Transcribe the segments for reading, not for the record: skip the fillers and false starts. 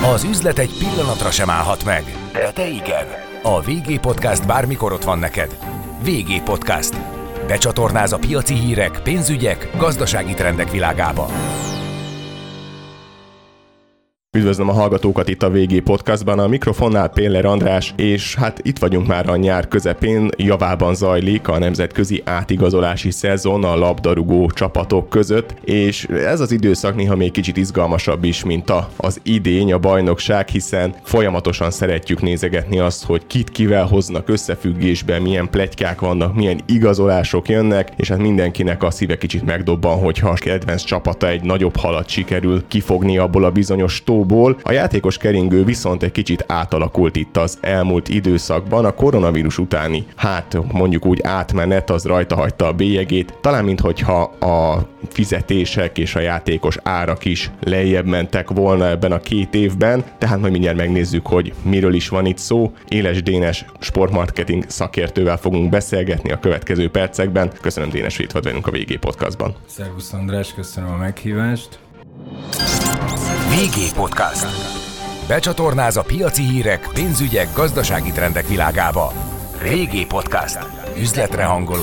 Az üzlet egy pillanatra sem állhat meg, de te igen. A VG Podcast bármikor ott van neked. VG Podcast. Becsatornáz a piaci hírek, pénzügyek, gazdasági trendek világába. Üdvözlöm a hallgatókat itt a VG Podcastban, a mikrofonnál Péller András, és hát itt vagyunk már a nyár közepén, javában zajlik a nemzetközi átigazolási szezon a labdarúgó csapatok között, és ez az időszak néha még kicsit izgalmasabb is, mint az idény, a bajnokság, hiszen folyamatosan szeretjük nézegetni azt, hogy kit kivel hoznak összefüggésbe, milyen pletykák vannak, milyen igazolások jönnek, és hát mindenkinek a szíve kicsit megdobban, hogyha a kedvenc csapata egy nagyobb halat sikerül kifogni abból a bizonyos tóból. A játékos keringő viszont egy kicsit átalakult itt az elmúlt időszakban, a koronavírus utáni, mondjuk úgy átmenet az rajta hagyta a bélyegét, talán minthogyha a fizetések és a játékos árak is lejjebb mentek volna ebben a 2 évben, tehát majd mindjárt megnézzük, hogy miről is van itt szó. Éles Dénes sportmarketing szakértővel fogunk beszélgetni a következő percekben. Köszönöm, Dénes, hogy itt vagy velünk a VG Podcastban. Szervusz András, köszönöm a meghívást. VG Podcast. Becsatornáz a piaci hírek, pénzügyek, gazdasági trendek világába. VG Podcast. Üzletre hangoló.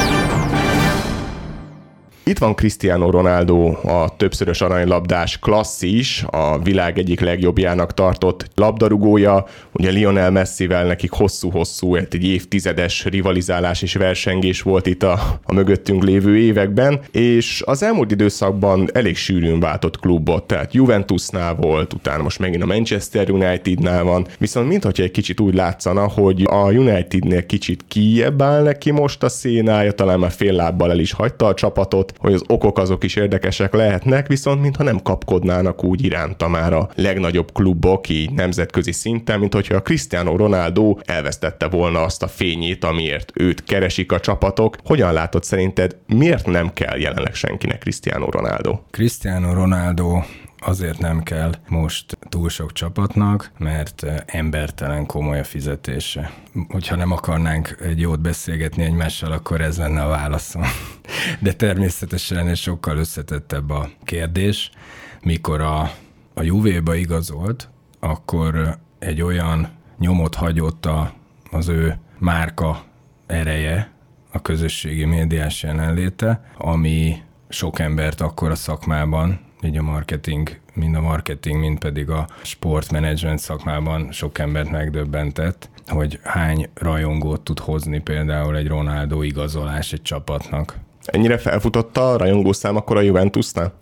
Itt van Cristiano Ronaldo, a többszörös aranylabdás klasszis, a világ egyik legjobbjának tartott labdarúgója. Ugye Lionel Messivel nekik hosszú-hosszú, egy évtizedes rivalizálás és versengés volt itt a mögöttünk lévő években, és az elmúlt időszakban elég sűrűn váltott klubot, tehát Juventusnál volt, utána most megint a Manchester Unitednál van, viszont minthogyha egy kicsit úgy látszana, hogy a Unitednél kicsit kijjebb áll neki most a szénája, talán már fél lábbal el is hagyta a csapatot, hogy az okok azok is érdekesek lehetnek, viszont mintha nem kapkodnának úgy iránta már a legnagyobb klubok így nemzetközi szinten, mint hogyha a Cristiano Ronaldo elvesztette volna azt a fényét, amiért őt keresik a csapatok. Hogyan látod szerinted, miért nem kell jelenleg senkinek Cristiano Ronaldo? Cristiano Ronaldo azért nem kell most túl sok csapatnak, mert embertelen komoly a fizetése. Hogyha nem akarnánk egy jót beszélgetni egymással, akkor ez lenne a válaszom. De természetesen és sokkal összetettebb a kérdés. Mikor a Juvéba igazolt, akkor egy olyan nyomot hagyott az ő márka ereje, a közösségi médiás jelenléte, ami sok embert akkor a szakmában, így a marketing, mind pedig a sportmenedzsment szakmában sok embert megdöbbentett, hogy hány rajongót tud hozni például egy Ronaldo igazolás egy csapatnak. Ennyire felfutotta a rajongószám akkor a Juventusnál?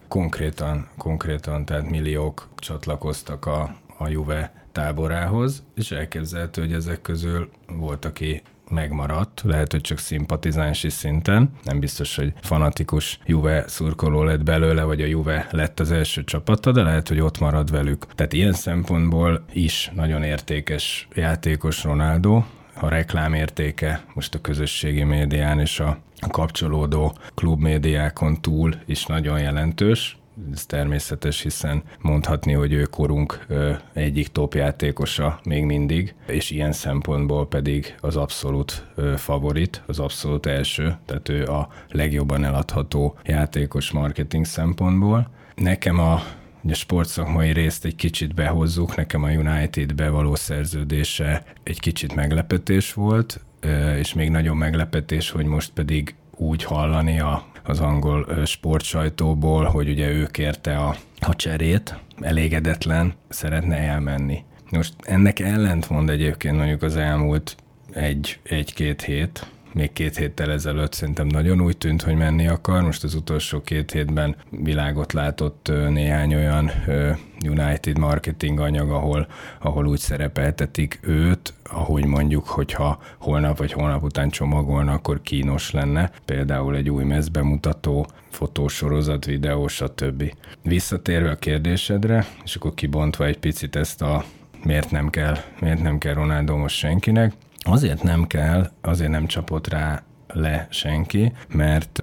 Konkrétan, tehát milliók csatlakoztak a Juve táborához, és elképzelhető, hogy ezek közül volt, aki megmaradt, lehet, hogy csak szimpatizánsi szinten, nem biztos, hogy fanatikus Juve szurkoló lett belőle, vagy a Juve lett az első csapata, de lehet, hogy ott marad velük. Tehát ilyen szempontból is nagyon értékes játékos Ronaldo, a reklámértéke most a közösségi médián és a kapcsolódó klubmédiákon túl is nagyon jelentős. Ez természetes, hiszen mondhatni, hogy ő korunk egyik top játékosa még mindig, és ilyen szempontból pedig az abszolút favorit, az abszolút első, tehát ő a legjobban eladható játékos marketing szempontból. Nekem a sportszakmai részt egy kicsit behozzuk, nekem a Unitedbe való szerződése egy kicsit meglepetés volt, és még nagyon meglepetés, hogy most pedig úgy hallani az angol sportsajtóból, hogy ugye ő kérte a cserét, elégedetlen, szeretne elmenni. Most ennek ellentmond egyébként mondjuk az elmúlt egy-két hét, még 2 héttel ezelőtt szerintem nagyon úgy tűnt, hogy menni akar. Most az utolsó 2 hétben világot látott néhány olyan United marketing anyag, ahol úgy szerepeltetik őt, ahogy mondjuk, hogyha holnap vagy holnap után csomagolna, akkor kínos lenne. Például egy új mezbemutató, fotósorozat, videó, stb. Visszatérve a kérdésedre, és akkor kibontva egy picit ezt miért nem kell Ronaldo most senkinek. Azért nem kell, azért nem csapott rá le senki, mert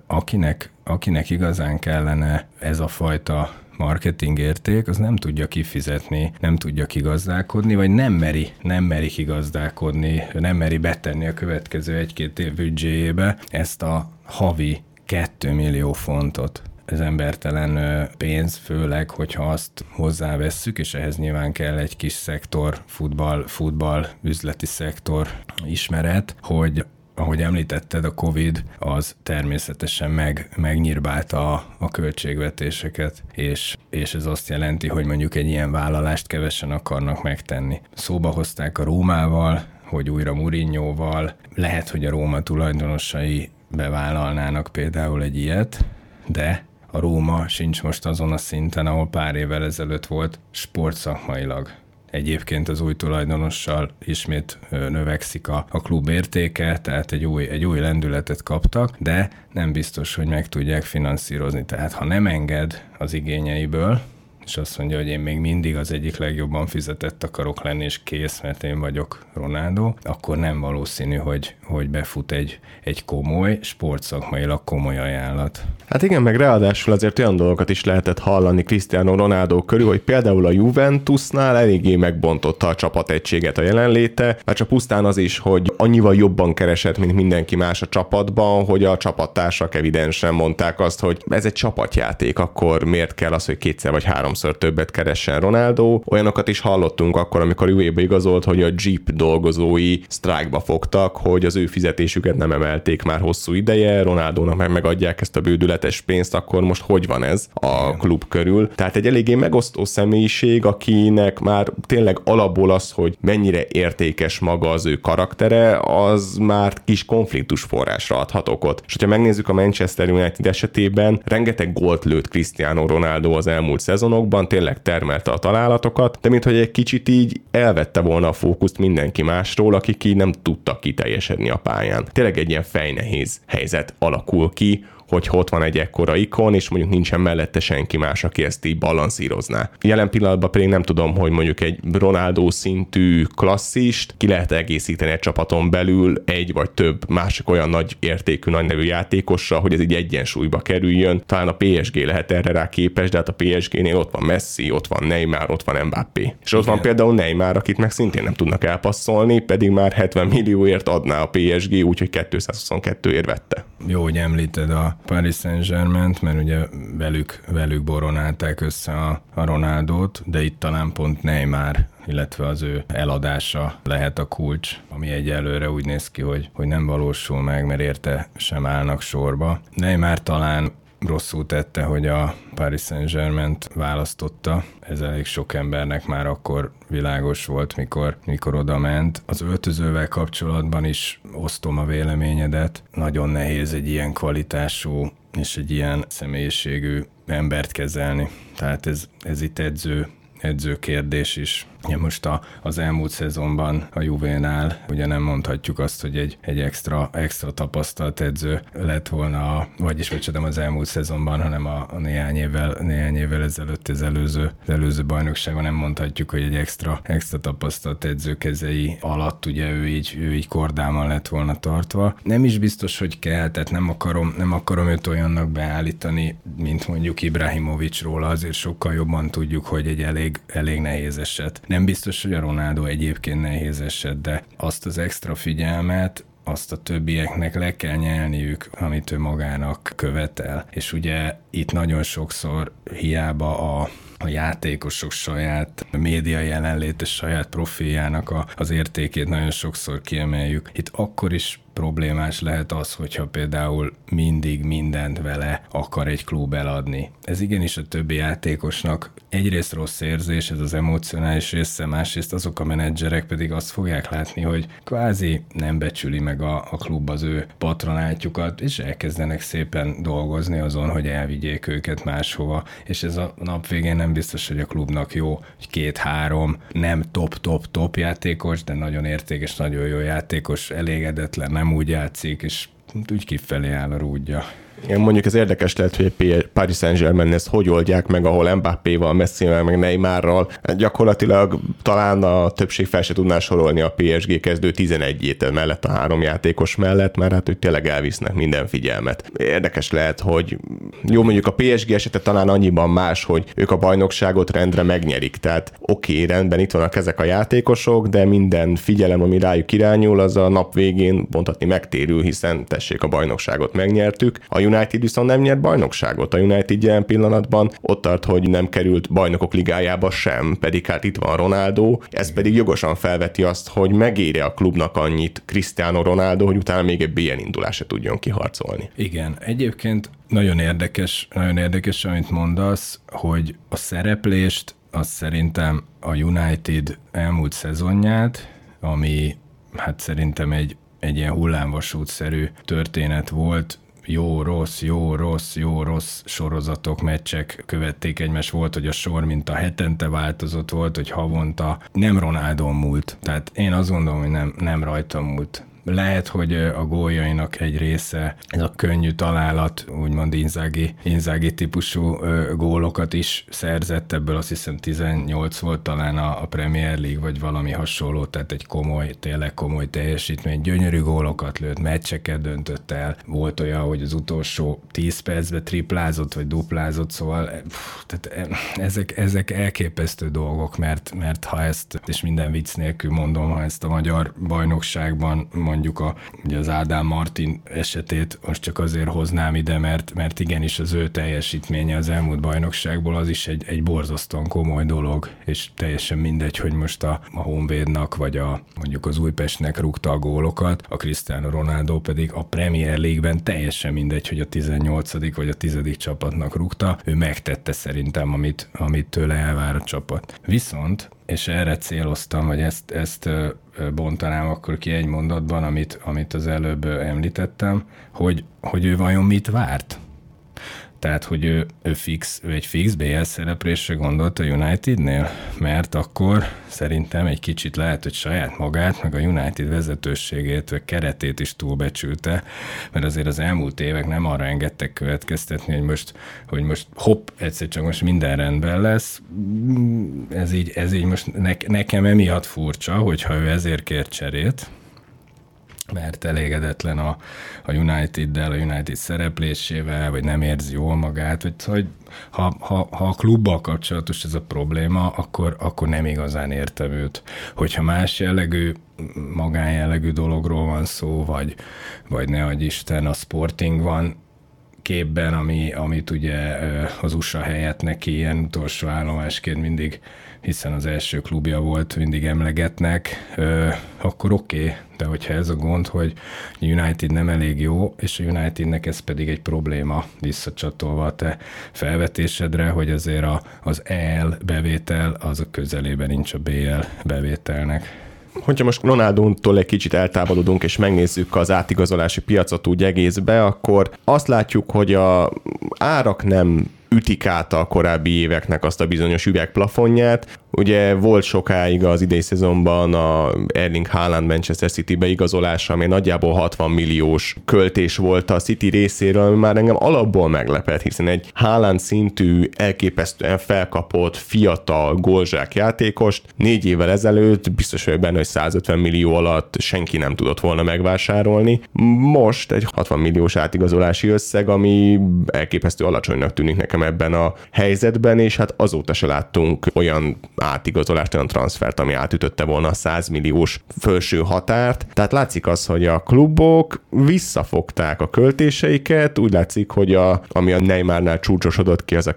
akinek igazán kellene ez a fajta marketing érték, az nem tudja kifizetni, nem tudja kigazdálkodni, vagy nem meri kigazdálkodni, nem meri betenni a következő 1-2 év büdzséjébe ezt a havi 2 millió fontot. ez embertelen pénz, főleg, hogyha azt hozzávesszük, és ehhez nyilván kell egy kis szektor, futball, üzleti szektor ismeret, hogy ahogy említetted, a Covid az természetesen megnyírbálta a költségvetéseket, és ez azt jelenti, hogy mondjuk egy ilyen vállalást kevesen akarnak megtenni. Szóba hozták a Rómával, hogy újra Mourinhoval, lehet, hogy a Róma tulajdonosai bevállalnának például egy ilyet, de a Róma sincs most azon a szinten, ahol pár évvel ezelőtt volt sportszakmailag. Egyébként az új tulajdonossal ismét növekszik a klub értéke, tehát egy új lendületet kaptak, de nem biztos, hogy meg tudják finanszírozni. Tehát ha nem enged az igényeiből, és azt mondja, hogy én még mindig az egyik legjobban fizetett akarok lenni, és kész, mert én vagyok Ronaldo, akkor nem valószínű, hogy befut egy komoly, sportszakmailag komoly ajánlat. Hát igen, meg ráadásul azért olyan dolgokat is lehetett hallani Cristiano Ronaldo körül, hogy például a Juventusnál eléggé megbontotta a csapategységet a jelenléte, már csak pusztán az is, hogy annyival jobban keresett, mint mindenki más a csapatban, hogy a csapattársak evidensen mondták azt, hogy ez egy csapatjáték, akkor miért kell az, hogy 2 vagy 3 többet keressen Ronaldo. Olyanokat is hallottunk akkor, amikor Juve-be igazolt, hogy a Jeep dolgozói sztrájkba fogtak, hogy az ő fizetésüket nem emelték már hosszú ideje, Ronaldónak megadják ezt a bődületes pénzt, akkor most hogy van ez a klub körül? Tehát egy eléggé megosztó személyiség, akinek már tényleg alapból az, hogy mennyire értékes maga az ő karaktere, az már kis konfliktus forrásra adhat okot. És hogyha megnézzük a Manchester United esetében, rengeteg gólt lőtt Cristiano Ronaldo az elmúlt szezonokban, tényleg termelte a találatokat, de minthogy egy kicsit így elvette volna a fókuszt mindenki másról, akik így nem tudtak kiteljesedni a pályán. Tényleg egy ilyen fejnehéz helyzet alakul ki, hogy ott van egy ekkora ikon, és mondjuk nincsen mellette senki más, aki ezt így balanszírozná. Jelen pillanatban pedig nem tudom, hogy mondjuk egy Ronaldo szintű klasszist ki lehet egészíteni egy csapaton belül egy vagy több másik olyan nagy értékű, nagy nevű játékossal, hogy ez így egyensúlyba kerüljön. Talán a PSG lehet erre rá képes, de hát a PSG-nél ott van Messi, ott van Neymar, ott van Mbappé. És ott van például Neymar, akit meg szintén nem tudnak elpasszolni, pedig már 70 millióért adná a PSG, úgyhogy 222-ért vette. Jó, hogy említed a Paris Saint-Germaint, mert ugye velük boronálták össze a Ronaldót, de itt talán pont Neymar, illetve az ő eladása lehet a kulcs, ami egyelőre úgy néz ki, hogy nem valósul meg, mert érte sem állnak sorba. Neymar talán rosszul tette, hogy a Paris Saint-Germaint választotta. Ez elég sok embernek már akkor világos volt, mikor oda ment. Az öltözővel kapcsolatban is osztom a véleményedet. Nagyon nehéz egy ilyen kvalitású és egy ilyen személyiségű embert kezelni. Tehát ez itt edző kérdés is. Ja, most az elmúlt szezonban a Juvénál ugye nem mondhatjuk azt, hogy egy extra tapasztalt edző lett volna, vagyis nem az elmúlt szezonban, hanem a néhány évvel ezelőtt az előző bajnokságban nem mondhatjuk, hogy egy extra tapasztalt edző kezei alatt ugye ő így kordában lett volna tartva. Nem is biztos, hogy kell, tehát nem akarom őt olyannak beállítani, mint mondjuk Ibrahimovićról, azért sokkal jobban tudjuk, hogy egy elég nehéz eset. Nem biztos, hogy a Ronaldo egyébként nehéz eset, de azt az extra figyelmet, azt a többieknek le kell nyelniük, amit ő magának követel. És ugye itt nagyon sokszor hiába a játékosok saját média jelenléte, saját profiljának az értékét nagyon sokszor kiemeljük. Itt akkor is problémás lehet az, hogyha például mindig mindent vele akar egy klub eladni. Ez igenis a többi játékosnak egyrészt rossz érzés, ez az emocionális része, másrészt azok a menedzserek pedig azt fogják látni, hogy kvázi nem becsüli meg a klub az ő patronátjukat, és elkezdenek szépen dolgozni azon, hogy elvigyék őket máshova, és ez a nap végén nem biztos, hogy a klubnak jó, hogy 2-3 nem top játékos, de nagyon értékes, nagyon jó játékos, elégedetlen, nem úgy játszik, és úgy kifelé áll a rúdja. Igen, mondjuk ez érdekes lehet, hogy egy Paris Saint-Germain ezt hogy oldják meg, ahol Mbappéval, Messivel, meg Neymarral. Gyakorlatilag talán a többség fel se tudná sorolni a PSG kezdő 11-ét mellett a 3 játékos mellett, mert hát ők tényleg elvisznek minden figyelmet. Érdekes lehet, hogy jó, mondjuk a PSG esete talán annyiban más, hogy ők a bajnokságot rendre megnyerik. Tehát oké, rendben, itt vannak ezek a játékosok, de minden figyelem, ami rájuk irányul, az a nap végén mondhatni megtérül, hiszen tessék, a bajnokságot megnyertük. A United viszont nem nyert bajnokságot. A United jelen pillanatban ott tart, hogy nem került bajnokok ligájába sem, pedig hát itt van Ronaldo, ez pedig jogosan felveti azt, hogy megéri a klubnak annyit Cristiano Ronaldo, hogy utána még egy BL indulásra tudjon kiharcolni. Igen, egyébként nagyon érdekes, amit mondasz, hogy a szereplést, az szerintem a United elmúlt szezonját, ami hát szerintem egy ilyen hullámvasútszerű történet volt, jó, rossz sorozatok, meccsek követték egymást, volt, hogy a sor mint a hetente változott, volt, hogy havonta. Nem Ronaldon múlt. Tehát én azt gondolom, hogy nem rajta múlt. Lehet, hogy a góljainak egy része, ez a könnyű találat, úgymond Inzaghi típusú gólokat is szerzett, ebből azt hiszem 18 volt talán a Premier League, vagy valami hasonló, tehát egy tényleg komoly teljesítmény, gyönyörű gólokat lőtt, meccseket döntött el, volt olyan, hogy az utolsó 10 percben triplázott, vagy duplázott, szóval tehát ezek elképesztő dolgok, mert ha ezt, és minden vicc nélkül mondom, ha ezt a magyar bajnokságban mondjuk ugye az Ádám Martin esetét most csak azért hoznám ide, mert igenis az ő teljesítménye az elmúlt bajnokságból az is egy borzasztóan komoly dolog, és teljesen mindegy, hogy most a Honvédnak vagy mondjuk az Újpestnek rúgta a gólokat, a Cristiano Ronaldo pedig a Premier League-ben teljesen mindegy, hogy a 18. vagy a 10. csapatnak rúgta, ő megtette szerintem, amit tőle elvár a csapat. Viszont, és erre céloztam, vagy ezt bontanám akkor ki egy mondatban, amit az előbb említettem, hogy ő vajon mit várt? Tehát, hogy ő egy fix BL szereplésre gondolt a Unitednél, mert akkor szerintem egy kicsit lehet, hogy saját magát, meg a United vezetőségét, vagy keretét is túlbecsülte, mert azért az elmúlt évek nem arra engedtek következtetni, hogy most hopp, egyszer csak most minden rendben lesz. Ez így most nekem emiatt furcsa, hogyha ő ezért kér cserét, mert elégedetlen a United-del, a United szereplésével, vagy nem érzi jól magát, vagy ha a klubbal kapcsolatos ez a probléma, akkor nem igazán értem őt. Hogyha más jellegű, magánjellegű dologról van szó, vagy ne adj Isten, a Sporting van képben, amit ugye az USA helyett neki ilyen utolsó állomásként mindig, hiszen az első klubja volt, mindig emlegetnek, akkor oké. De hogyha ez a gond, hogy a United nem elég jó, és a Unitednek ez pedig egy probléma, visszacsatolva a te felvetésedre, hogy azért az EL bevétel az a közelében nincs a BL bevételnek. Hogyha most Ronaldótól egy kicsit eltávolodunk, és megnézzük az átigazolási piacot úgy egészbe, akkor azt látjuk, hogy a árak nem ütik át a korábbi éveknek azt a bizonyos üvegplafonját. Ugye volt sokáig az idei szezonban a Erling Haaland Manchester City-be igazolása, ami nagyjából 60 milliós költés volt a City részéről, ami már engem alapból meglepett, hiszen egy Haaland szintű, elképesztően felkapott, fiatal gólzsák játékost 4 évvel ezelőtt biztos vagyok benne, hogy 150 millió alatt senki nem tudott volna megvásárolni. Most egy 60 milliós átigazolási összeg, ami elképesztő alacsonynak tűnik nekem ebben a helyzetben, és hát azóta se láttunk olyan átigazolást, olyan transfert, ami átütötte volna a 100 milliós felső határt. Tehát látszik az, hogy a klubok visszafogták a költéseiket, úgy látszik, hogy ami a Neymarnál csúcsosodott ki, az a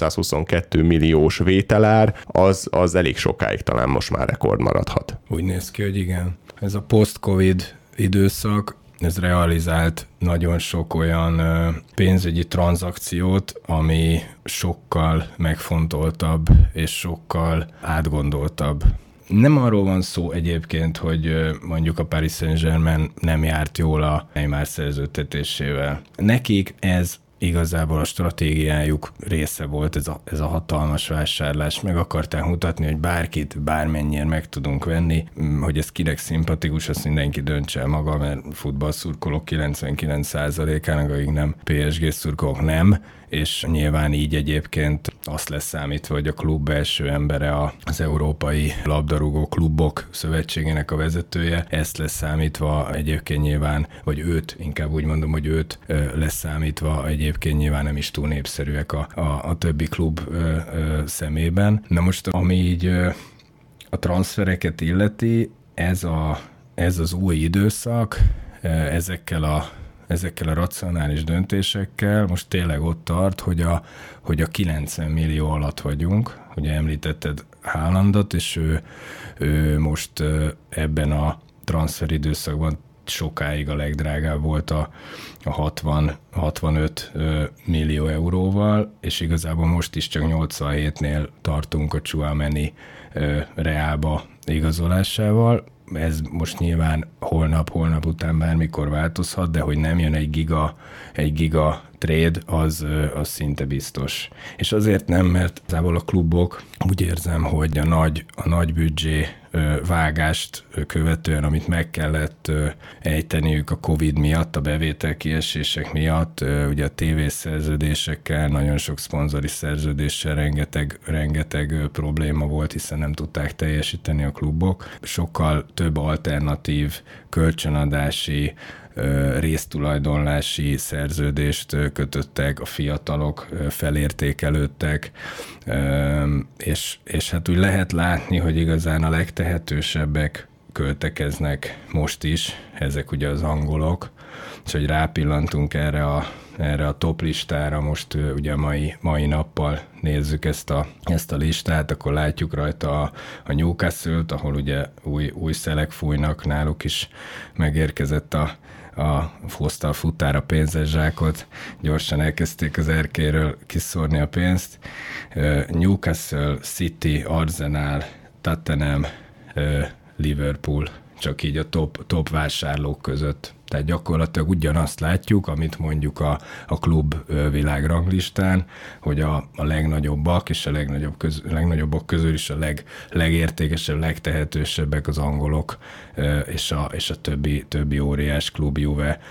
222 milliós vételár, az elég sokáig talán most már rekord maradhat. Úgy néz ki, hogy igen. Ez a post-covid időszak, ez realizált nagyon sok olyan pénzügyi tranzakciót, ami sokkal megfontoltabb és sokkal átgondoltabb. Nem arról van szó egyébként, hogy mondjuk a Paris Saint-Germain nem járt jól a Neymar szerződtetésével. Nekik ez igazából a stratégiájuk része volt, ez a hatalmas vásárlás. Meg akarták mutatni, hogy bárkit, bármennyire meg tudunk venni, hogy ez kinek szimpatikus, azt mindenki döntse el maga, mert futballszurkolók 99%-ának, akik nem PSG szurkolók nem, és nyilván így egyébként azt lesz számítva, hogy a klub belső embere az Európai Labdarúgó Klubok Szövetségének a vezetője, ezt lesz számítva egyébként nyilván, vagy őt, inkább úgy mondom, hogy őt lesz számítva, egyébként nyilván nem is túl népszerűek a többi klub szemében. Na most, ami így a transfereket illeti, ez az új időszak, ezekkel ezekkel a racionális döntésekkel most tényleg ott tart, hogy a 90 millió alatt vagyunk. Ugye említetted Haalandot, és ő most ebben a transferidőszakban sokáig a legdrágább volt a 60-65 millió euróval, és igazából most is csak 87-nél tartunk a Tchouaméni Realba igazolásával. Ez most nyilván holnap után bármikor változhat, de hogy nem jön egy giga trade, az szinte biztos. És azért nem, mert igazából a klubok úgy érzem, hogy a nagy büdzsé vágást követően, amit meg kellett ejteniük a Covid miatt, a bevételkiesések miatt, ugye a tévészerződésekkel, nagyon sok szponzori szerződéssel rengeteg probléma volt, hiszen nem tudták teljesíteni a klubok. Sokkal több alternatív kölcsönadási, résztulajdonlási szerződést kötöttek, a fiatalok felértékelődtek, és hát úgy lehet látni, hogy igazán a legtehetősebbek költekeznek most is, ezek ugye az angolok, és hogy rápillantunk erre a top listára, most ugye mai nappal nézzük ezt a listát, akkor látjuk rajta a Newcastle-t, ahol ugye új szelek fújnak, náluk is megérkezett hozta a futára pénzes zsákot, gyorsan elkezdték az erkéről kiszórni a pénzt. Newcastle, City, Arsenal, Tottenham, Liverpool, csak így a top vásárlók között. Tehát gyakorlatilag ugyanazt látjuk, amit mondjuk a klub világranglistán, hogy a legnagyobbak és a legnagyobbak közül is a legértékesebb, legtehetősebbek az angolok, és a többi óriás klub, Juve,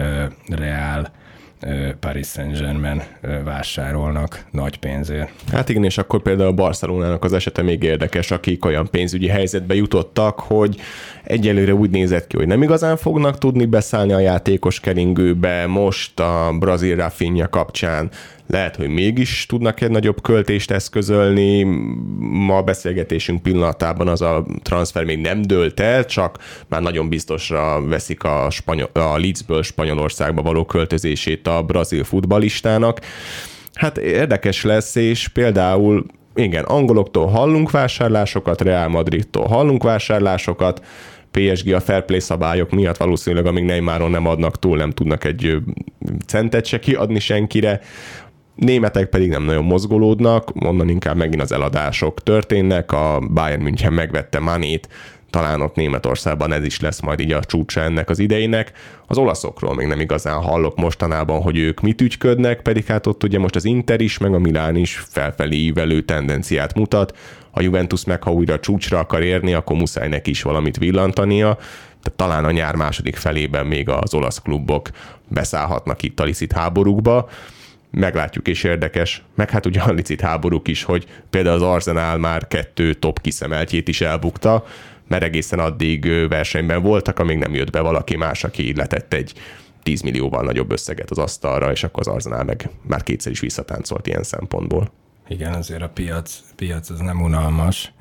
Real, Paris Saint-Germain vásárolnak nagy pénzért. Hát igen, és akkor például a Barcelonának az esete még érdekes, akik olyan pénzügyi helyzetbe jutottak, hogy egyelőre úgy nézett ki, hogy nem igazán fognak tudni beszállni a játékos keringőbe. Most a brazil Rafinha kapcsán lehet, hogy mégis tudnak egy nagyobb költést eszközölni. Ma a beszélgetésünk pillanatában az a transfer még nem dőlt el, csak már nagyon biztosra veszik a Leedsből Spanyolországba való költözését a brazil futballistának. Hát érdekes lesz, és például igen, angoloktól hallunk vásárlásokat, Real Madridtól hallunk vásárlásokat, PSG a fair play szabályok miatt valószínűleg, amíg Neymaron nem adnak túl, nem tudnak egy centet se kiadni senkire. Németek pedig nem nagyon mozgolódnak, onnan inkább megint az eladások történnek, a Bayern München megvette Manét, talán ott Németországban ez is lesz majd így a csúcsa ennek az idejének. Az olaszokról még nem igazán hallok mostanában, hogy ők mit ügyködnek, pedig hát ott ugye most az Inter is, meg a Milán is felfelé ívelő tendenciát mutat. A Juventus meg, ha újra csúcsra akar érni, akkor muszáj neki is valamit villantania. Tehát talán a nyár második felében még az olasz klubok beszállhatnak itt a licit háborúkba. Meglátjuk, és érdekes. Meg hát ugye a licit háborúk is, hogy például az Arsenal már 2 top kiszemeltjét is elbukta, mert egészen addig versenyben voltak, amíg nem jött be valaki más, aki letett egy 10 millióval nagyobb összeget az asztalra, és akkor az Arsenal meg már kétszer is visszatáncolt ilyen szempontból. Igen, azért a piac az nem unalmas,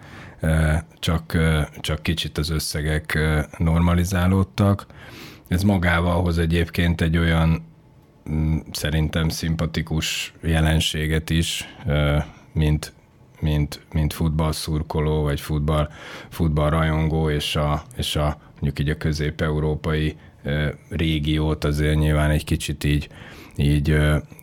csak kicsit az összegek normalizálódtak. Ez magával hoz egyébként egy olyan szerintem szimpatikus jelenséget is, mint futballszurkoló, vagy futballrajongó, és a mondjuk így a közép-európai régiót azért nyilván egy kicsit így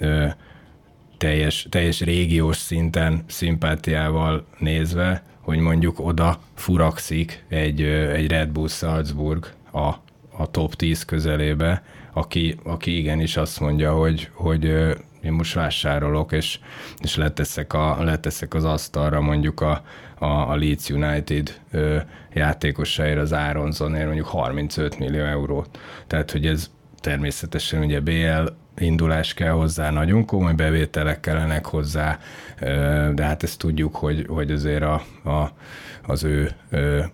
teljes régiós szinten szimpátiával nézve, hogy mondjuk oda furakszik egy Red Bull Salzburg a top 10 közelébe, aki igenis azt mondja, hogy én most vásárolok, és leteszek az asztalra mondjuk a Leeds United játékosaira, az Aronsonért mondjuk 35 millió eurót. Tehát, hogy ez természetesen ugye BL indulás kell hozzá, nagyon komoly bevételek kellenek hozzá, de hát ezt tudjuk, hogy azért az ő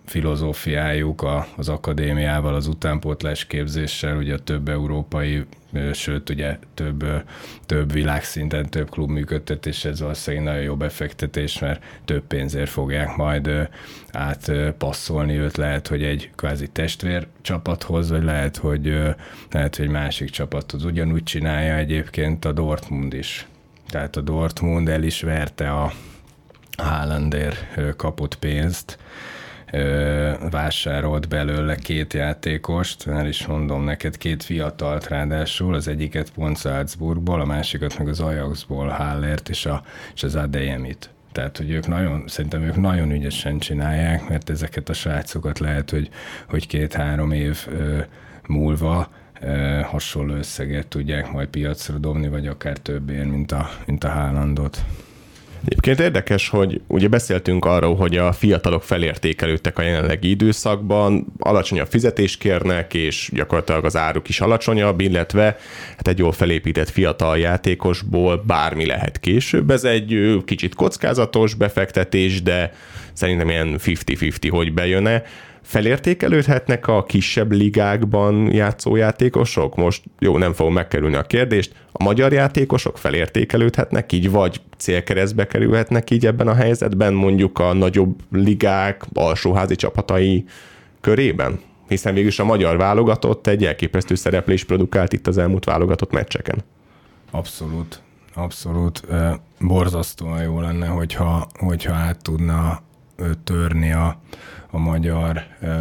filozófiájuk az akadémiával, az utánpótlás képzéssel, ugye a több európai sőt ugye több világszinten, több klub működtetés, ez valószínűleg nagyon jó befektetés, mert több pénzért fogják majd átpasszolni őt, lehet, hogy egy kvázi testvér csapathoz, vagy lehet, hogy másik csapathoz. Ugyanúgy csinálja egyébként a Dortmund is. Tehát a Dortmund el is verte a Haalandért kapott pénzt, vásárolt belőle 2 játékost, el is mondom neked, 2 fiatalt ráadásul, az egyiket pont Salzburgból, a másikat meg az Ajaxból, Hallert és az Adeyemit. Tehát, hogy szerintem ők nagyon ügyesen csinálják, mert ezeket a srácokat lehet, hogy 2-3 év múlva hasonló összeget tudják majd piacra dobni, vagy akár többért, mint a Haalandot. Egyébként érdekes, hogy ugye beszéltünk arról, hogy a fiatalok felértékelődtek a jelenlegi időszakban, alacsonyabb fizetést kérnek, és gyakorlatilag az áruk is alacsonyabb, illetve hát egy jól felépített fiatal játékosból bármi lehet később. Ez egy kicsit kockázatos befektetés, de szerintem ilyen 50-50, hogy bejön-e. Felértékelődhetnek a kisebb ligákban játszó játékosok? Most jó, nem fogom megkerülni a kérdést. A magyar játékosok felértékelődhetnek így, vagy célkeresztbe kerülhetnek így ebben a helyzetben, mondjuk a nagyobb ligák alsóházi csapatai körében? Hiszen végülis a magyar válogatott egy elképesztő szereplést produkált itt az elmúlt válogatott meccseken. Abszolút. Borzasztóan jó lenne, hogyha át tudna törni a magyar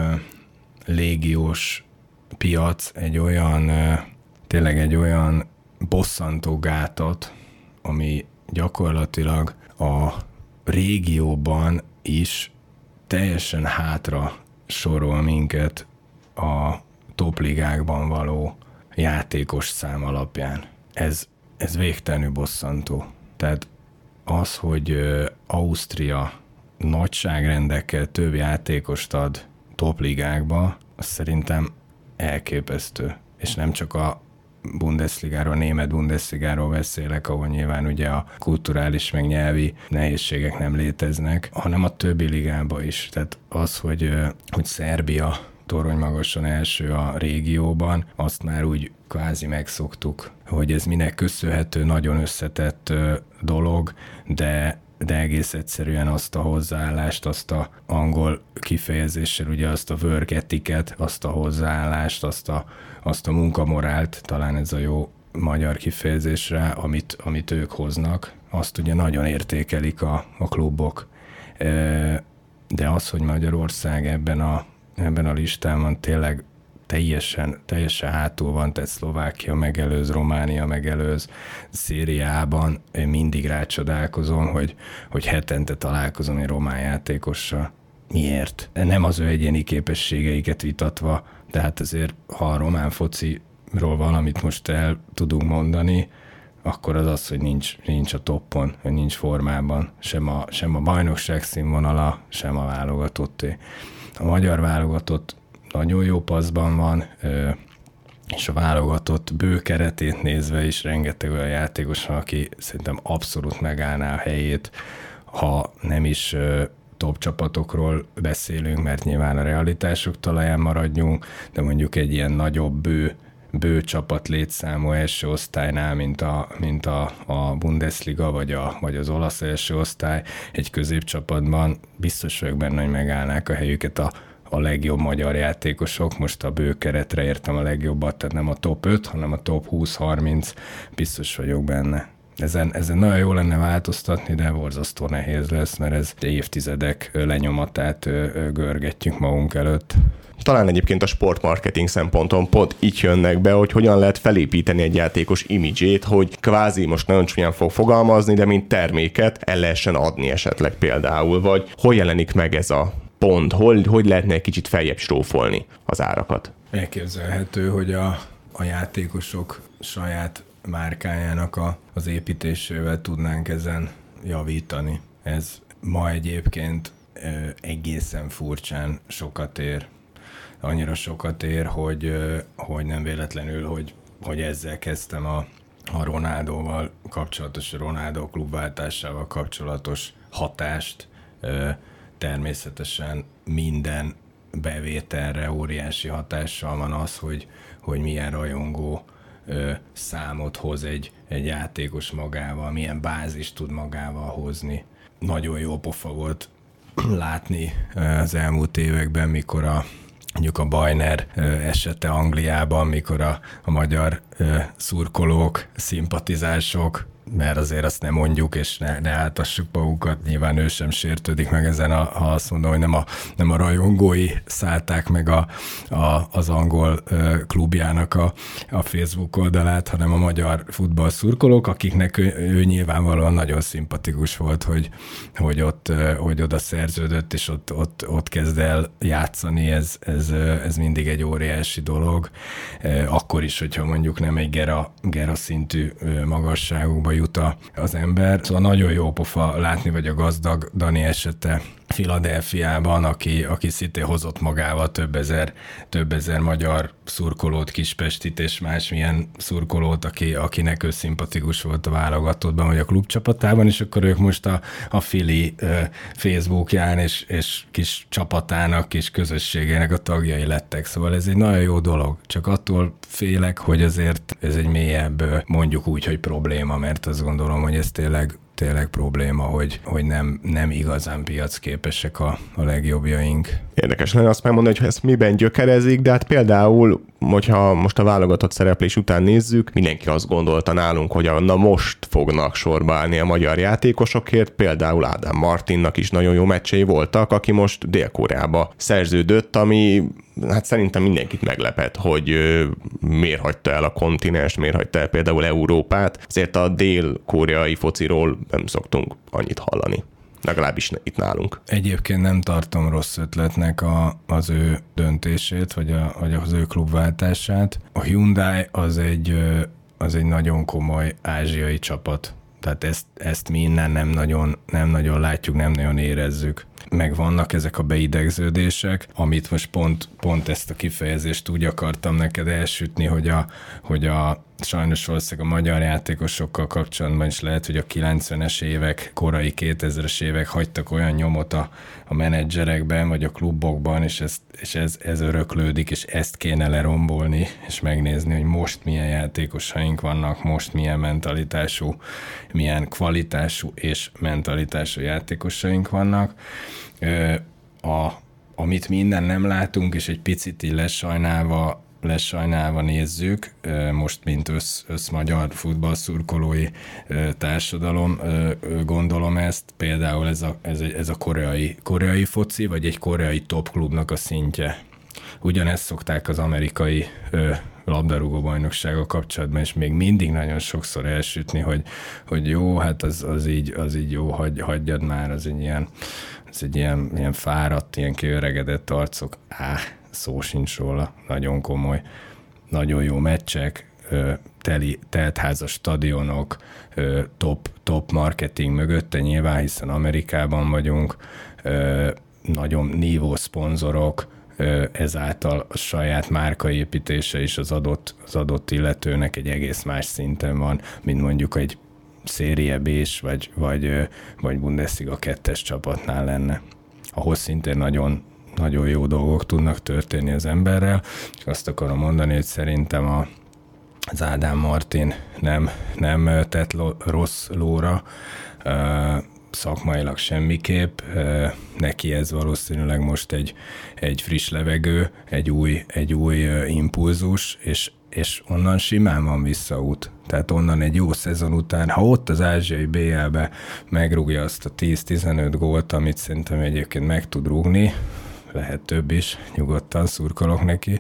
légiós piac tényleg egy olyan bosszantó gátat, ami gyakorlatilag a régióban is teljesen hátra sorol minket a topligákban való játékos szám alapján. Ez végtelenül bosszantó. Tehát az, hogy Ausztria nagyságrendekkel több játékost ad topligákba, az szerintem elképesztő. És nem csak a Bundesligáról, a német Bundesligáról beszélek, ahol nyilván ugye a kulturális meg nyelvi nehézségek nem léteznek, hanem a többi ligában is. Tehát az, hogy Szerbia torony-magasan első a régióban, azt már úgy kvázi megszoktuk, hogy ez minek köszönhető, nagyon összetett dolog, de egész egyszerűen azt a hozzáállást, azt a angol kifejezéssel, ugye azt a work ethic-et, azt a hozzáállást, azt a munkamorált, talán ez a jó magyar kifejezésre, amit ők hoznak, azt ugye nagyon értékelik a klubok. De az, hogy Magyarország ebben a listában tényleg teljesen hátul van, tehát Szlovákia megelőz, Románia megelőz, Szíriában én mindig rácsodálkozom, hogy hetente találkozom egy román játékossal. Miért? Nem az ő egyéni képességeiket vitatva, de hát azért, ha a román fociról valamit most el tudunk mondani, akkor az, hogy nincs a toppon, hogy nincs formában, sem a bajnokság színvonala, sem a válogatotté. A magyar válogatott nagyon jó paszban van, és a válogatott bő keretét nézve is rengeteg olyan játékos van, aki szerintem abszolút megállná a helyét, ha nem is top csapatokról beszélünk, mert nyilván a realitások talaján maradjunk, de mondjuk egy ilyen nagyobb bő csapat létszámú első osztálynál, mint a Bundesliga, vagy az olasz első osztály, egy középcsapatban biztos vagyok benne, hogy megállnák a helyüket a legjobb magyar játékosok, most a bő keretre értem a legjobbat, tehát nem a top 5, hanem a top 20-30, biztos vagyok benne. Ezen nagyon jó lenne változtatni, de borzasztó nehéz lesz, mert ez évtizedek lenyomatát görgetjük magunk előtt. Talán egyébként a sportmarketing szemponton pont így jönnek be, hogy hogyan lehet felépíteni egy játékos imidzsét, hogy kvázi most nagyon csúnyán fog fogalmazni, de mint terméket el lehessen adni esetleg például, vagy hol jelenik meg ez a pont, hogy lehetne egy kicsit feljebb strófolni az árakat? Elképzelhető, hogy a játékosok saját márkájának az építésével tudnánk ezen javítani. Ez ma egyébként egészen furcsán sokat ér. Annyira sokat ér, hogy nem véletlenül, hogy ezzel kezdtem a Ronaldóval kapcsolatos, a Ronaldo klubváltásával kapcsolatos hatást. Természetesen minden bevételre óriási hatással van az, hogy milyen rajongó számot hoz egy játékos magával, milyen bázist tud magával hozni. Nagyon jó pofa volt látni az elmúlt években, mikor mondjuk a Bajner esete Angliában, mikor a magyar szurkolók, szimpatizások, mert azért azt nem mondjuk, és ne áltassuk magunkat, nyilván ő sem sértődik meg ezen, ha azt mondom, hogy nem a rajongói szállták meg az angol klubjának a Facebook oldalát, hanem a magyar futballszurkolók, akiknek ő nyilvánvalóan nagyon szimpatikus volt, hogy oda szerződött, és ott kezd el játszani, ez mindig egy óriási dolog. Akkor is, hogyha mondjuk nem egy Gera szintű magasságokba jut az ember. Szóval nagyon jó pofa látni, vagy a Gazdag Dani esete Philadelphiában, aki szintén hozott magával több ezer magyar szurkolót, kispestit és másmilyen szurkolót, akinek ő szimpatikus volt a válogatottban, vagy a klubcsapatában, és akkor ők most a Philly Facebookján és kis csapatának, kis közösségének a tagjai lettek. Szóval ez egy nagyon jó dolog. Csak attól félek, hogy azért ez egy mélyebb, mondjuk úgy, hogy probléma, mert azt gondolom, hogy ez tényleg probléma, hogy nem igazán piacképesek a legjobbjaink. Érdekes lenne azt megmondani, hogy ez miben gyökerezik, de hát például, hogyha most a válogatott szereplés után nézzük, mindenki azt gondolta nálunk, hogy most fognak sorba állni a magyar játékosokért, például Ádám Martinnak is nagyon jó meccsei voltak, aki most Dél-Koreába szerződött, ami hát szerintem mindenkit meglepett, hogy miért hagyta el a kontinenst, miért hagyta el például Európát. Azért a dél-koreai fociról nem szoktunk annyit hallani. Legalábbis itt nálunk. Egyébként nem tartom rossz ötletnek az ő döntését, vagy az ő klubváltását. A Hyundai az egy nagyon komoly ázsiai csapat. Tehát ezt mi innen nem nagyon látjuk, nem nagyon érezzük. Meg vannak ezek a beidegződések, amit most pont ezt a kifejezést úgy akartam neked elsütni, hogy sajnos valószínűleg a magyar játékosokkal kapcsolatban is lehet, hogy a 90-es évek, korai 2000-es évek hagytak olyan nyomot a menedzserekben, vagy a klubokban, és ez öröklődik, és ezt kéne lerombolni, és megnézni, hogy most milyen játékosaink vannak, most milyen mentalitású, milyen kvalitású és mentalitású játékosaink vannak. Amit mi innen nem látunk, és egy picit így lesajnálva nézzük, most mint összmagyar futballszurkolói társadalom, gondolom ezt, például ez a koreai foci, vagy egy koreai top klubnak a szintje. Ugyanezt szokták az amerikai labdarúgó bajnoksággal kapcsolatban, és még mindig nagyon sokszor elsütni, hogy jó, hát az így jó, hagyjad már, az egy ilyen fáradt, ilyen kiöregedett arcok. Szó sincs róla, nagyon komoly, nagyon jó meccsek, teltházas stadionok, top marketing mögötte nyilván, hiszen Amerikában vagyunk, nagyon nívó szponzorok, ezáltal a saját márkaépítése is az adott illetőnek egy egész más szinten van, mint mondjuk egy Serie B-s vagy Bundesliga 2-es csapatnál lenne, ahol szintén nagyon jó dolgok tudnak történni az emberrel. Azt akarom mondani, hogy szerintem az Ádám Martin nem tett rossz lóra, szakmailag semmiképp. Neki ez valószínűleg most egy friss levegő, egy új impulzus, és onnan simán van visszaút. Tehát onnan egy jó szezon után, ha ott az ázsiai BL-be megrúgja azt a 10-15 gólt, amit szerintem egyébként meg tud rúgni, lehet több is, nyugodtan szurkolok neki,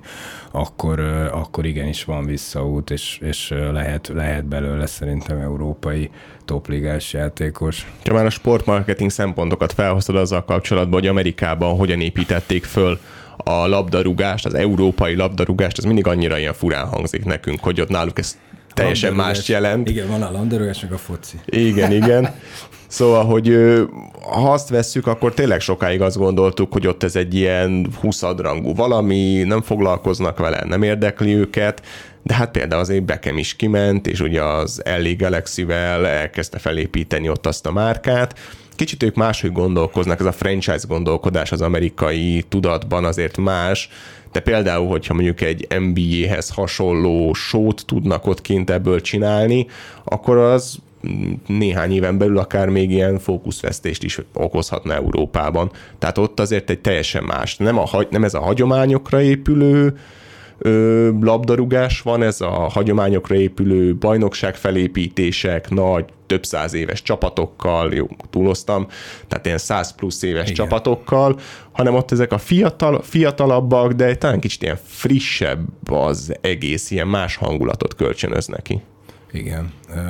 akkor igenis van visszaút, és lehet belőle szerintem európai topligás játékos. Ha már a sportmarketing szempontokat felhoztad azzal kapcsolatban, hogy Amerikában hogyan építették föl a labdarúgást, az európai labdarúgást, az mindig annyira ilyen furán hangzik nekünk, hogy ott náluk ez teljesen mást jelent. Igen, van a labdarúgás, meg a foci. Igen. Szóval, hogy ha azt vesszük, akkor tényleg sokáig azt gondoltuk, hogy ott ez egy ilyen 20-rangú valami, nem foglalkoznak vele, nem érdekli őket, de hát például azért Beckham is kiment, és ugye az LA Galaxy-vel elkezdte felépíteni ott azt a márkát, kicsit ők máshogy gondolkoznak, ez a franchise gondolkodás az amerikai tudatban azért más, de például, hogyha mondjuk egy NBA-hez hasonló show-t tudnak ott kint ebből csinálni, akkor az néhány éven belül akár még ilyen fókuszvesztést is okozhatna Európában. Tehát ott azért egy teljesen más. Nem ez a hagyományokra épülő labdarúgás van, ez a hagyományokra épülő bajnokságfelépítések, nagy, több száz éves csapatokkal, jó, túloztam, tehát ilyen 100 plusz éves csapatokkal, hanem ott ezek a fiatalabbak, de talán kicsit ilyen frissebb az egész, ilyen más hangulatot kölcsönöz neki. Igen.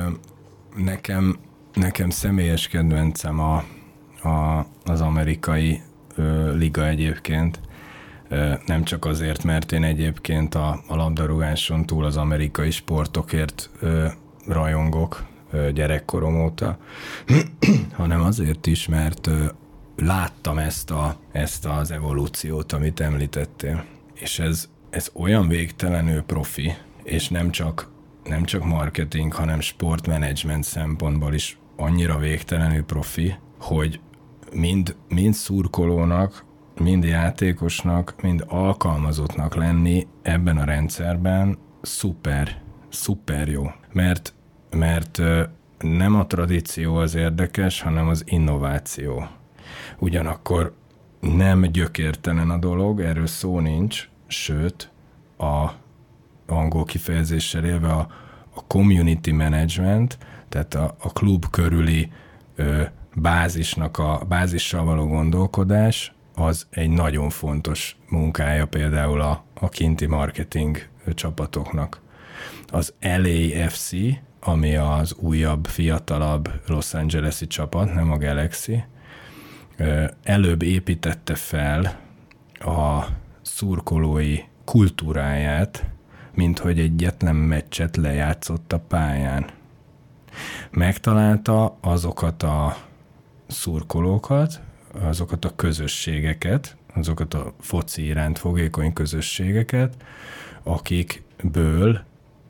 Nekem személyes kedvencem az amerikai liga egyébként. Nem csak azért, mert én egyébként a labdarúgáson túl az amerikai sportokért rajongok gyerekkorom óta, hanem azért is, mert láttam ezt az evolúciót, amit említettél. És ez olyan végtelenül profi, és nem csak marketing, hanem sportmenedzsment szempontból is annyira végtelenül profi, hogy mind szurkolónak, mind játékosnak, mind alkalmazottnak lenni ebben a rendszerben szuper jó. Mert nem a tradíció az érdekes, hanem az innováció. Ugyanakkor nem gyökértelen a dolog, erről szó nincs, sőt, a angol kifejezéssel élve a community management, tehát a klub körüli bázissal való gondolkodás, az egy nagyon fontos munkája például a kinti marketing csapatoknak. Az LAFC, ami az újabb, fiatalabb Los Angeles-i csapat, nem a Galaxy, előbb építette fel a szurkolói kultúráját, mint hogy egyetlen meccset lejátszott a pályán. Megtalálta azokat a szurkolókat, azokat a közösségeket, azokat a foci iránt fogékony közösségeket, akikből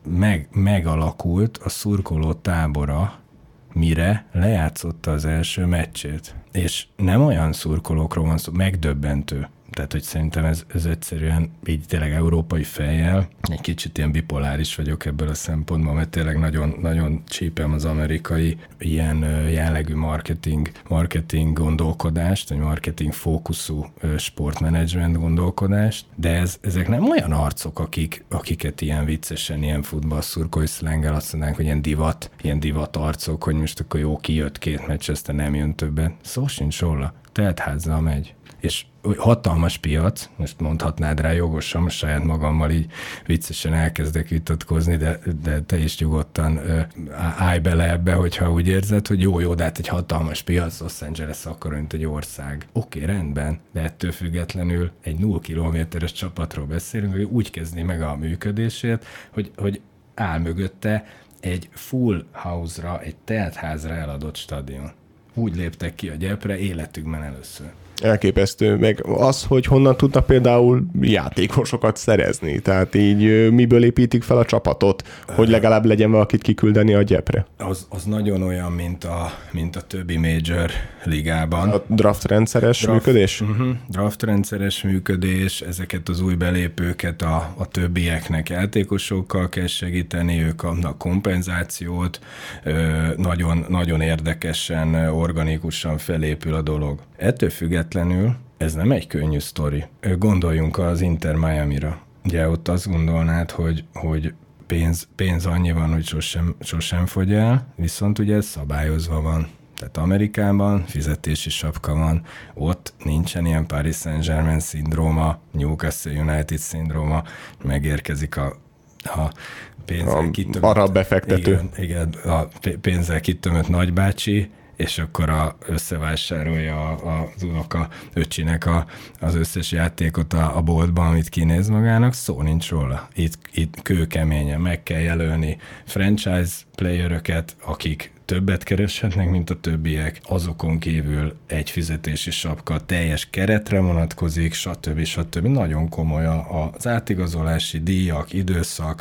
megalakult a szurkoló tábora, mire lejátszotta az első meccsét. És nem olyan szurkolókról van szó, megdöbbentő. Tehát, hogy szerintem ez egyszerűen így tényleg európai fejjel, egy kicsit ilyen bipoláris vagyok ebből a szempontból, mert tényleg nagyon, nagyon csípem az amerikai ilyen jellegű marketing gondolkodást, vagy marketing fókuszú sportmenedzsment gondolkodást, de ezek nem olyan arcok, akiket ilyen viccesen, ilyen futballszurkolói szlenggel azt mondanánk, hogy ilyen divat arcok, hogy most akkor jó, kijött 2 meccs, aztán nem jön többet. Szó sincs róla. Teltházzal megy. És hatalmas piac, most mondhatnád rá jogosan, most saját magammal így viccesen elkezdek vitatkozni, de te is nyugodtan állj bele ebbe, hogyha úgy érzed, hogy jó, de hát egy hatalmas piac, Los Angeles akkor, mint egy ország. Oké, rendben, de ettől függetlenül egy 0 kilométeres csapatról beszélünk, hogy úgy kezdi meg a működését, hogy áll mögötte egy full house-ra, egy teltházra eladott stadion. Úgy léptek ki a gyepre életükben először. Elképesztő, meg az, hogy honnan tudnak például játékosokat szerezni, tehát így miből építik fel a csapatot, hogy legalább legyen valakit kiküldeni a gyepre. Az nagyon olyan, mint a többi major ligában. A draft működés? Draft rendszeres működés, ezeket az új belépőket a többieknek játékosokkal kell segíteni, ők kapnak kompenzációt, nagyon, nagyon érdekesen, organikusan felépül a dolog. Ettől függetlenül ez nem egy könnyű sztori. Gondoljunk az Inter Miami-ra. Ugye ott azt gondolnád, hogy pénz annyi van, hogy sosem fogy el, viszont ugye ez szabályozva van. Tehát Amerikában fizetési sapka van, ott nincsen ilyen Paris Saint-Germain szindróma, Newcastle United szindróma, megérkezik a pénzzel kitömött... arab befektető. Igen, a pénzzel kitömött nagybácsi, és akkor összevásárolja az unoka öcsinek az összes játékot a boltban, amit kinéz magának, szó nincs róla. Itt kőkeményen meg kell jelölni franchise playeröket, akik többet kereshetnek, mint a többiek, azokon kívül egy fizetési sapka teljes keretre vonatkozik, stb. Nagyon komoly az átigazolási díjak, időszak,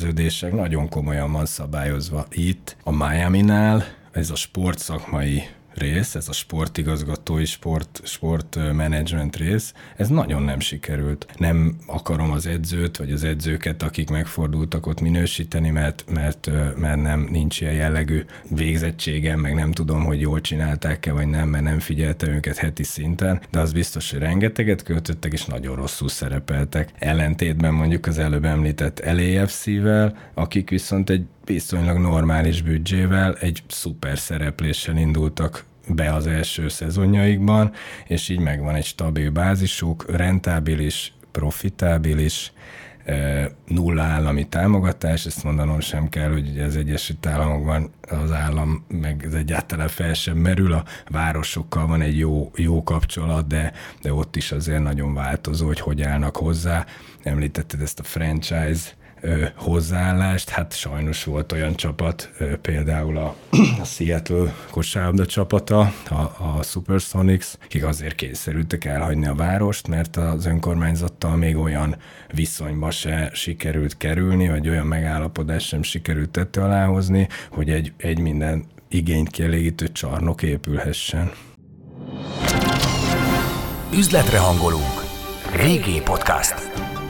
szerződések, nagyon komolyan van szabályozva. Itt a Miami-nál ez a sportszakmai rész, ez a sportigazgatói, sportmenedzsment rész, ez nagyon nem sikerült. Nem akarom az edzőt, vagy az edzőket, akik megfordultak ott minősíteni, mert nincs ilyen jellegű végzettségem, meg nem tudom, hogy jól csinálták-e, vagy nem, mert nem figyeltem őket heti szinten, de az biztos, hogy rengeteget költöttek, és nagyon rosszul szerepeltek. Ellentétben mondjuk az előbb említett LAFC-vel, akik viszont egy viszonylag normális büdzsével, egy szuper szerepléssel indultak be az első szezonjaikban, és így megvan egy stabil bázisuk, rentábilis, profitábilis, nulla állami támogatás, ezt mondanom sem kell, hogy ugye az Egyesült Államokban az állam meg ez egyáltalán fel sem merül, a városokkal van egy jó kapcsolat, de ott is azért nagyon változó, hogy állnak hozzá. Említetted ezt a franchise hozzáállást, hát sajnos volt olyan csapat, például a Seattle kosárlabda csapata, a Supersonics, akik azért kényszerültek elhagyni a várost, mert az önkormányzattal még olyan viszonyba se sikerült kerülni, vagy olyan megállapodást sem sikerült tető alá hozni, hogy egy minden igényt kielégítő csarnok épülhessen. Üzletre hangolunk. VG Podcast.